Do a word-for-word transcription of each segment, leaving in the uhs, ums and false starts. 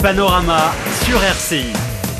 Panorama sur R C I.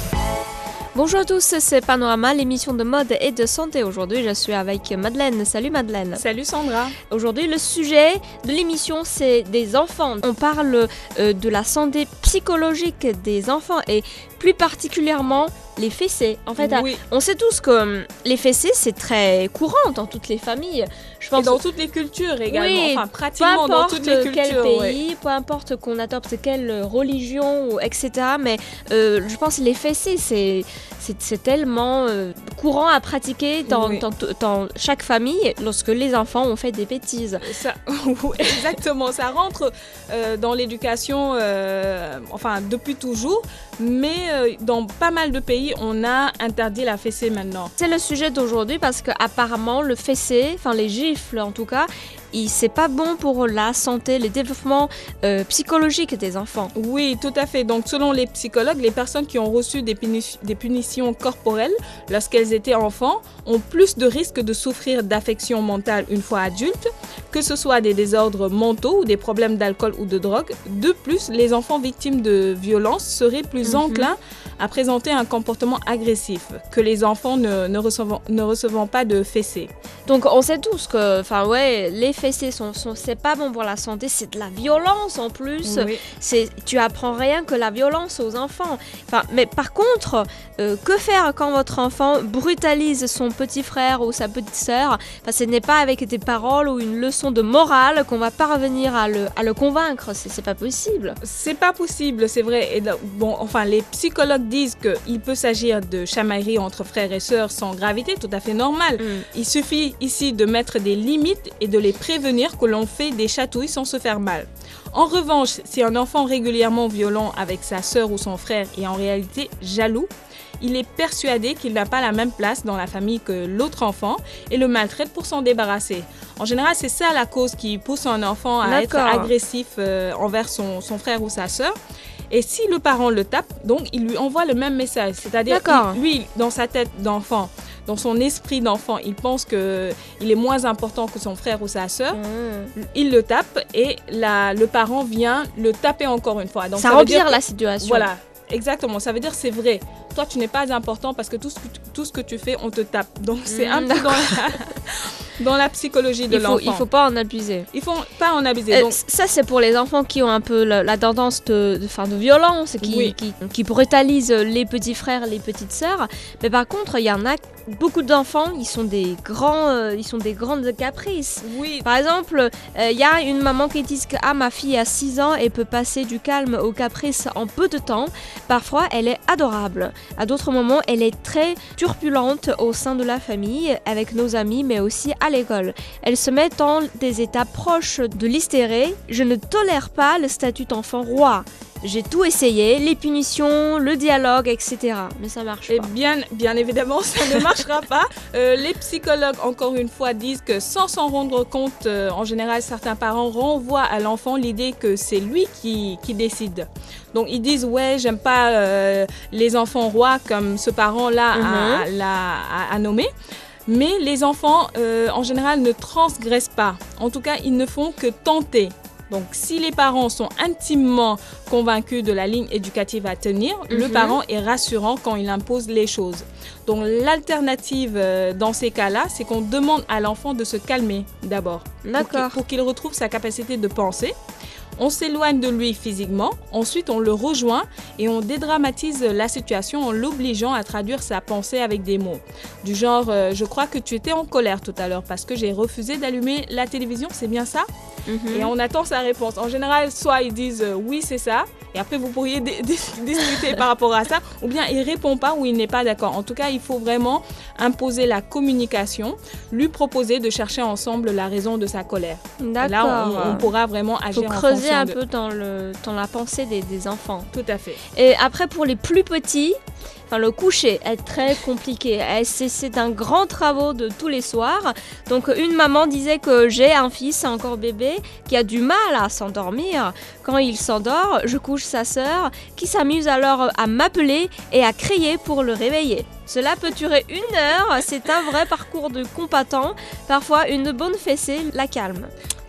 Bonjour à tous, c'est Panorama, l'émission de mode et de santé. Aujourd'hui, je suis avec Madeleine. Salut Madeleine. Salut Sandra. Aujourd'hui, le sujet de l'émission, c'est des enfants. On parle euh, de la santé psychologique des enfants et plus particulièrement les fessées. En fait, oui. on sait tous que les fessées, c'est très courant dans toutes les familles. Je pense et dans toutes les cultures également, oui, enfin pratiquement dans toutes les cultures. Peu importe quel pays, ouais. peu importe qu'on adopte quelle religion, et cetera. Mais euh, je pense que les fessées, c'est, c'est, c'est tellement euh, courant à pratiquer dans, oui. dans, dans chaque famille lorsque les enfants ont fait des bêtises. Ça, exactement, ça rentre euh, dans l'éducation, euh, enfin depuis toujours, mais euh, dans pas mal de pays, on a interdit la fessée maintenant. C'est le sujet d'aujourd'hui parce qu'apparemment le fessé, enfin les gifles en tout cas, il, c'est pas bon pour la santé, le développement euh, psychologique des enfants. Oui, tout à fait. Donc selon les psychologues, les personnes qui ont reçu des, puni- des punitions corporelles lorsqu'elles étaient enfants ont plus de risques de souffrir d'affections mentales une fois adultes, que ce soit des désordres mentaux ou des problèmes d'alcool ou de drogue. De plus, les enfants victimes de violences seraient plus mm-hmm. enclins à présenter un comportement agressif que les enfants ne, ne, recevant, ne recevant pas de fessées. Donc on sait tous que enfin, ouais, les fessées, sont, sont, c'est pas bon pour la santé, c'est de la violence en plus. Oui. C'est, tu apprends rien que la violence aux enfants. Enfin, mais par contre, euh, que faire quand votre enfant brutalise son petit frère ou sa petite sœur? Enfin, ce n'est pas avec des paroles ou une leçon de morale qu'on va parvenir à le, à le convaincre. C'est, c'est pas possible. C'est pas possible, c'est vrai. Et bon, enfin, les psychologues disent qu'il peut s'agir de chamaillerie entre frères et sœurs sans gravité, tout à fait normal. Mm. Il suffit ici de mettre des limites et de les prévenir que l'on fait des chatouilles sans se faire mal. En revanche, si un enfant régulièrement violent avec sa sœur ou son frère est en réalité jaloux, il est persuadé qu'il n'a pas la même place dans la famille que l'autre enfant et le maltraite pour s'en débarrasser. En général, c'est ça la cause qui pousse un enfant à D'accord. être agressif euh, envers son, son frère ou sa sœur. Et si le parent le tape, donc il lui envoie le même message. C'est-à-dire, il, lui, dans sa tête d'enfant, dans son esprit d'enfant, il pense qu'il est moins important que son frère ou sa sœur. Mmh. Il le tape et la, le parent vient le taper encore une fois. Donc, ça, ça empire la situation. Voilà, exactement. Ça veut dire c'est vrai. Toi, tu n'es pas important parce que tout ce que, tout ce que tu fais, on te tape. Donc, c'est mmh, un peu dans la, dans la psychologie de il faut, l'enfant. Il ne faut pas en abuser. Il ne faut pas en abuser. Euh, donc... Ça, c'est pour les enfants qui ont un peu la, la tendance de, de, fin, de violence, qui, oui. qui, qui brutalisent les petits frères, les petites sœurs. Mais par contre, il y en a beaucoup d'enfants, ils sont des grands, euh, ils sont des grandes caprices. Oui. Par exemple, il euh, y a une maman qui dit que ah, ma fille a six ans et peut passer du calme au caprice en peu de temps. Parfois, elle est adorable. À d'autres moments, elle est très turbulente au sein de la famille, avec nos amis, mais aussi à l'école. Elle se met dans des états proches de l'hystérée. Je ne tolère pas le statut d'enfant roi. J'ai tout essayé, les punitions, le dialogue, et cetera. Mais ça marche pas. Et bien, bien évidemment, ça ne marchera pas. Euh, les psychologues, encore une fois, disent que sans s'en rendre compte, euh, en général, certains parents renvoient à l'enfant l'idée que c'est lui qui, qui décide. Donc, ils disent, ouais, j'aime pas euh, les enfants rois comme ce parent-là mm-hmm. a, a, a, a nommé. Mais les enfants, euh, en général, ne transgressent pas. En tout cas, ils ne font que tenter. Donc, si les parents sont intimement convaincus de la ligne éducative à tenir, mm-hmm. le parent est rassurant quand il impose les choses. Donc, l'alternative euh, dans ces cas-là, c'est qu'on demande à l'enfant de se calmer d'abord. D'accord. Pour qu'il, pour qu'il retrouve sa capacité de penser. On s'éloigne de lui physiquement, ensuite on le rejoint et on dédramatise la situation en l'obligeant à traduire sa pensée avec des mots. Du genre, euh, je crois que tu étais en colère tout à l'heure parce que j'ai refusé d'allumer la télévision, c'est bien ça ? Mm-hmm. Et on attend sa réponse. En général, soit ils disent euh, oui, c'est ça, et après vous pourriez d- d- discuter par rapport à ça, ou bien il ne répond pas ou il n'est pas d'accord. En tout cas, il faut vraiment imposer la communication, lui proposer de chercher ensemble la raison de sa colère. D'accord. Et là, on, on pourra vraiment agir en fonction. Creuser un de... peu dans, le, dans la pensée des, des enfants. Tout à fait. Et après, pour les plus petits, enfin, le coucher est très compliqué. C'est, c'est un grand travail de tous les soirs. Donc, une maman disait que j'ai un fils, encore bébé, qui a du mal à s'endormir. Quand il s'endort, je couche sa sœur, qui s'amuse alors à m'appeler et à crier pour le réveiller. Cela peut durer une heure. C'est un vrai parcours de combattant. Parfois, une bonne fessée la calme.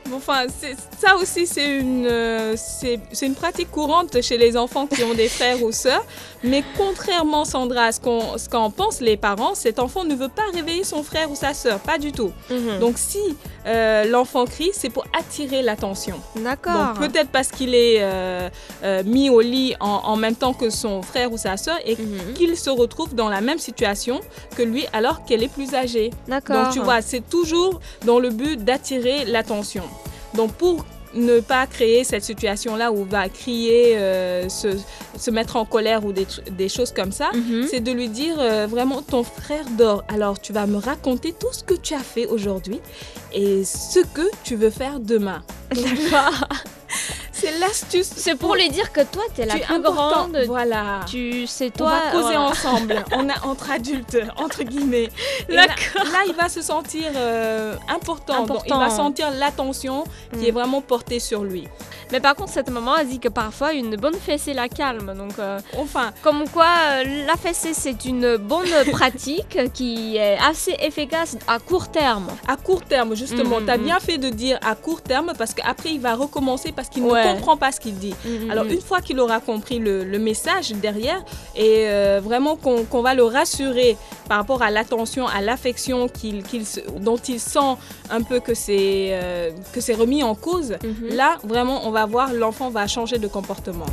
Enfin, c'est, ça aussi, c'est une, euh, c'est, c'est une pratique courante chez les enfants qui ont des frères ou sœurs. Mais contrairement, Sandra, à ce, qu'on, ce qu'en pensent les parents, cet enfant ne veut pas réveiller son frère ou sa sœur, pas du tout. Mm-hmm. Donc, si euh, l'enfant crie, c'est pour attirer l'attention. D'accord. Donc, peut-être parce qu'il est euh, euh, mis au lit en, en même temps que son frère ou sa sœur et mm-hmm. qu'il se retrouve dans la même situation que lui alors qu'elle est plus âgée. D'accord. Donc, tu vois, c'est toujours dans le but d'attirer l'attention. Donc, pour ne pas créer cette situation-là où il va crier, euh, se, se mettre en colère ou des, des choses comme ça, mm-hmm. c'est de lui dire euh, vraiment, ton frère dort. Alors, tu vas me raconter tout ce que tu as fait aujourd'hui et ce que tu veux faire demain. D'accord. C'est l'astuce. C'est pour lui dire que toi, t'es la tu plus important. grande. Voilà. Tu sais, toi. On va causer voilà. ensemble. On a entre adultes, entre guillemets. Et là, là, il va se sentir euh, important. important. Donc, il va sentir l'attention mm. qui est vraiment portée sur lui. Mais par contre, cette maman a dit que parfois, une bonne fessée la calme. Donc, euh, enfin, comme quoi, euh, la fessée, c'est une bonne pratique qui est assez efficace à court terme. À court terme, justement. Mm-hmm. Tu as bien fait de dire à court terme parce qu'après, il va recommencer parce qu'il ouais. ne comprend pas ce qu'il dit. Mm-hmm. Alors, une fois qu'il aura compris le, le message derrière et euh, vraiment qu'on, qu'on va le rassurer par rapport à l'attention, à l'affection qu'il, qu'il, dont il sent un peu que c'est, euh, que c'est remis en cause, mm-hmm. là, vraiment, on va voir, l'enfant va changer de comportement.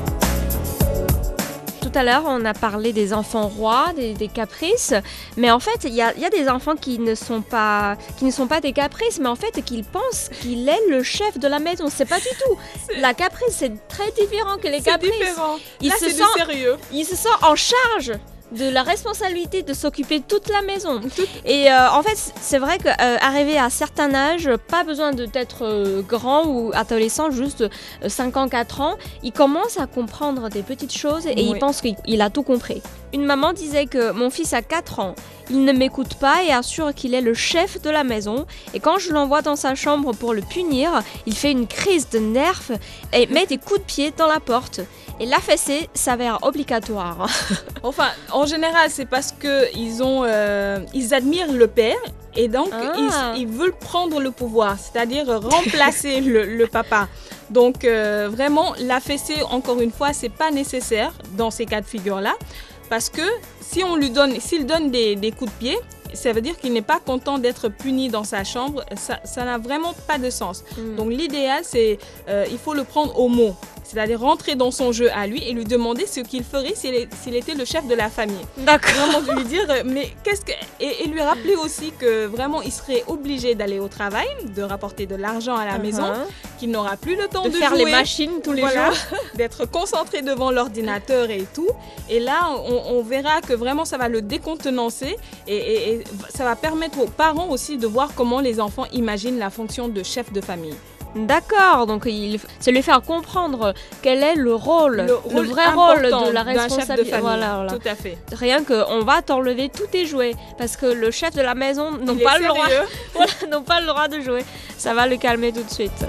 Tout à l'heure, on a parlé des enfants rois, des, des caprices, mais en fait, il y a, y a des enfants qui ne sont pas, qui ne sont pas des caprices, mais en fait, qu'ils pensent qu'il est le chef de la maison. C'est pas du tout. C'est... La caprice, c'est très différent que les c'est caprices. Différent. Il Là, se c'est sent, du sérieux. Il se sent en charge de la responsabilité de s'occuper de toute la maison. Et euh, en fait, c'est vrai qu'arriver euh, à un certain âge, pas besoin de, d'être euh, grand ou adolescent, juste euh, cinq ans, quatre ans, il commence à comprendre des petites choses et oui. il pense qu'il il a tout compris. Une maman disait que mon fils a quatre ans, il ne m'écoute pas et assure qu'il est le chef de la maison. Et quand je l'envoie dans sa chambre pour le punir, il fait une crise de nerfs et met des coups de pied dans la porte. Et la fessée s'avère obligatoire. Enfin, en général, c'est parce qu'ils ont, euh, ils admirent le père et donc ah. ils, ils veulent prendre le pouvoir, c'est-à-dire remplacer le, le papa. Donc euh, vraiment, la fessée, encore une fois, c'est pas nécessaire dans ces cas de figure-là, parce que si on lui donne, s'il donne des, des coups de pied, ça veut dire qu'il n'est pas content d'être puni dans sa chambre. Ça, ça n'a vraiment pas de sens. Mm. Donc l'idéal, c'est euh, il faut le prendre au mot. C'est-à-dire rentrer dans son jeu à lui et lui demander ce qu'il ferait s'il, est, s'il était le chef de la famille. D'accord. Vraiment lui dire, mais qu'est-ce que... Et, et lui rappeler aussi que vraiment, il serait obligé d'aller au travail, de rapporter de l'argent à la uh-huh. maison, qu'il n'aura plus le temps de, de faire jouer, les machines tous les voilà, jours. D'être concentré devant l'ordinateur et tout. Et là, on, on verra que vraiment, ça va le décontenancer et, et, et ça va permettre aux parents aussi de voir comment les enfants imaginent la fonction de chef de famille. D'accord, donc il, c'est lui faire comprendre quel est le rôle, le, rôle le vrai rôle de la responsabilité. Voilà, voilà. Tout à fait. Rien qu'on va t'enlever tous tes jouets parce que le chef de la maison n'a pas, le droit, voilà, n'a pas le droit de jouer. Ça va le calmer tout de suite.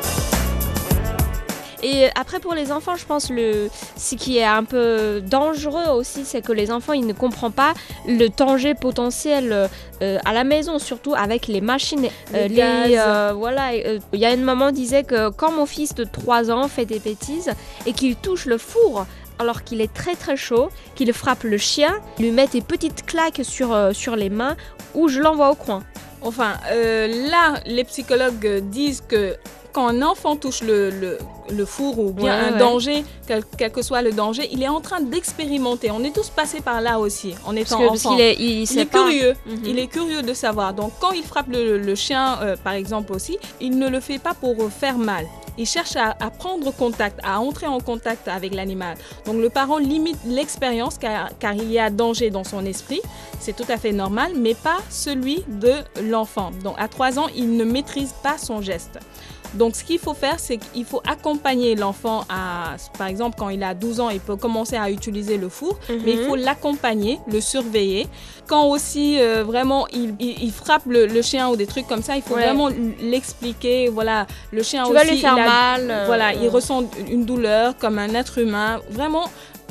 Et après, pour les enfants, je pense le ce qui est un peu dangereux aussi, c'est que les enfants, ils ne comprennent pas le danger potentiel euh, à la maison, surtout avec les machines. Les, euh, les euh, voilà, il euh, y a une maman qui disait que quand mon fils de trois ans fait des bêtises et qu'il touche le four, alors qu'il est très très chaud, qu'il frappe le chien, lui met des petites claques sur, euh, sur les mains ou je l'envoie au coin. Enfin, euh, là, les psychologues disent que quand un enfant touche le, le, le four ou bien ouais, un ouais. danger, quel, quel que soit le danger, il est en train d'expérimenter. On est tous passés par là aussi, en étant parce enfant. Parce qu'il est, il, il est curieux. Mm-hmm. Il est curieux de savoir. Donc, quand il frappe le, le chien, euh, par exemple aussi, il ne le fait pas pour faire mal. Il cherche à, à prendre contact, à entrer en contact avec l'animal. Donc, le parent limite l'expérience car, car il y a danger dans son esprit. C'est tout à fait normal, mais pas celui de l'enfant. Donc, à trois ans, il ne maîtrise pas son geste. Donc, ce qu'il faut faire, c'est qu'il faut accompagner l'enfant à, par exemple, quand il a douze ans, il peut commencer à utiliser le four, mm-hmm. mais il faut l'accompagner, le surveiller. Quand aussi, euh, vraiment, il, il, il frappe le, le chien ou des trucs comme ça, il faut ouais. vraiment l'expliquer. Voilà, le chien tu aussi, vas lui faire il a, mal. Voilà, euh... il ressent une douleur comme un être humain. Vraiment,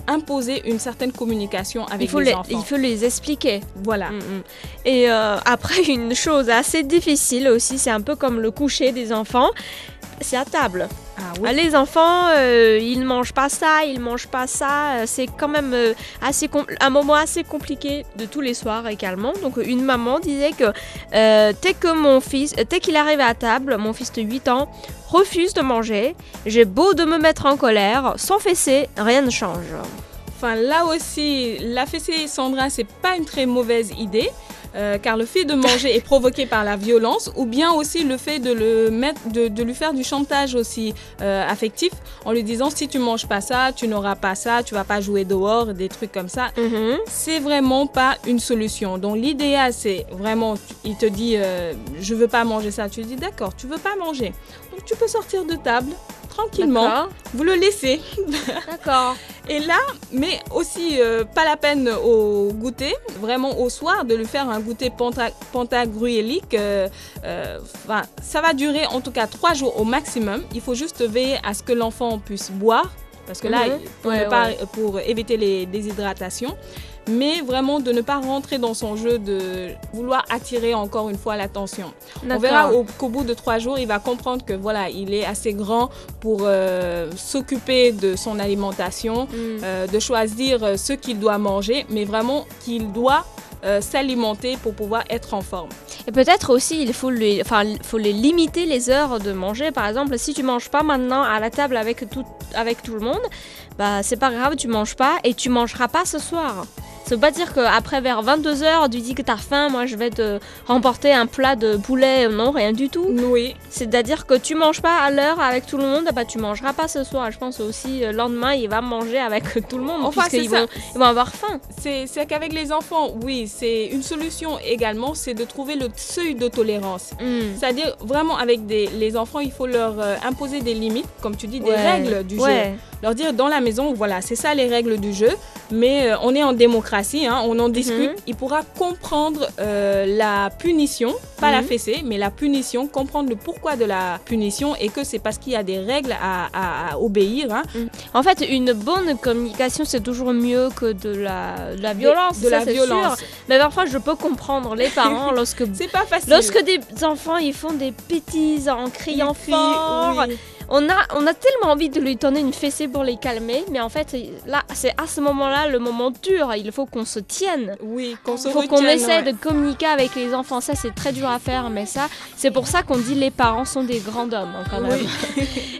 imposer une certaine communication avec il faut les, les, enfants. il faut les expliquer. Voilà. Mm, mm. Et euh, après, une chose assez difficile aussi, c'est un peu comme le coucher des enfants, c'est à table. Ah oui. Les enfants, euh, ils ne mangent pas ça, ils ne mangent pas ça. C'est quand même euh, assez com- un moment assez compliqué de tous les soirs également. Donc une maman disait que euh, dès que mon fils, dès qu'il arrive à table, mon fils de huit ans refuse de manger. J'ai beau de me mettre en colère, sans fessée, rien ne change. Enfin, là aussi, la fessée, Sandra, c'est pas une très mauvaise idée. Euh, car le fait de manger est provoqué par la violence, ou bien aussi le fait de, le mettre, de, de lui faire du chantage aussi euh, affectif, en lui disant si tu manges pas ça, tu n'auras pas ça, tu vas pas jouer dehors, des trucs comme ça. Mm-hmm. C'est vraiment pas une solution. Donc l'idéal, c'est vraiment, il te dit euh, je veux pas manger ça, tu lui dis d'accord, tu veux pas manger, donc tu peux sortir de table tranquillement, D'accord. vous le laissez. D'accord. Et là, mais aussi euh, pas la peine au goûter, vraiment au soir, de lui faire un goûter penta- pentagruélique. Euh, euh, ça va durer en tout cas trois jours au maximum. Il faut juste veiller à ce que l'enfant puisse boire, parce que là, Mhm. pour, Ouais, ne pas, ouais. pour éviter les déshydratations, mais vraiment de ne pas rentrer dans son jeu de vouloir attirer encore une fois l'attention. On verra au, qu'au bout de trois jours, il va comprendre que voilà, il est assez grand pour euh, s'occuper de son alimentation, Mm. euh, de choisir ce qu'il doit manger, mais vraiment qu'il doit euh, s'alimenter pour pouvoir être en forme. Et peut-être aussi, il faut les, enfin, faut les limiter les heures de manger. Par exemple, si tu manges pas maintenant à la table avec tout, avec tout le monde, bah c'est pas grave, tu manges pas et tu mangeras pas ce soir. Ça veut pas dire qu'après vers vingt-deux heures, tu dis que t'as faim, moi je vais te remporter un plat de poulet, non, rien du tout. Oui. C'est-à-dire que tu manges pas à l'heure avec tout le monde, bah tu mangeras pas ce soir. Je pense aussi le lendemain, il va manger avec tout le monde, Enfin, puisqu'ils c'est ça. vont, ils vont avoir faim. C'est, c'est qu'avec les enfants, oui, c'est une solution également, c'est de trouver le seuil de tolérance. Mm. C'est-à-dire vraiment avec des, les enfants, il faut leur euh, imposer des limites, comme tu dis, des Ouais. règles du Ouais. jeu. Leur dire dans la maison, voilà, c'est ça les règles du jeu, mais euh, on est en démocratie, hein, on en discute. Mhm. Il pourra comprendre euh, la punition, pas la Mhm. fessée, mais la punition, comprendre le pourquoi de la punition et que c'est parce qu'il y a des règles à, à- à obéir. Hein. En fait, une bonne communication, c'est toujours mieux que de la, de la violence. De ça, la c'est violence. sûr. Mais parfois, je peux comprendre les parents lorsque, C'est pas facile. lorsque des enfants ils font des bêtises en criant Ils crient, fort. oui. On a, on a tellement envie de lui donner une fessée pour les calmer, mais en fait, là, c'est à ce moment-là le moment dur. Il faut qu'on se tienne. Oui, qu'on se Il faut qu'on retienne, essaie ouais. de communiquer avec les enfants. Ça, c'est très dur à faire, mais ça, c'est pour ça qu'on dit les parents sont des grands hommes, hein, quand même. Oui.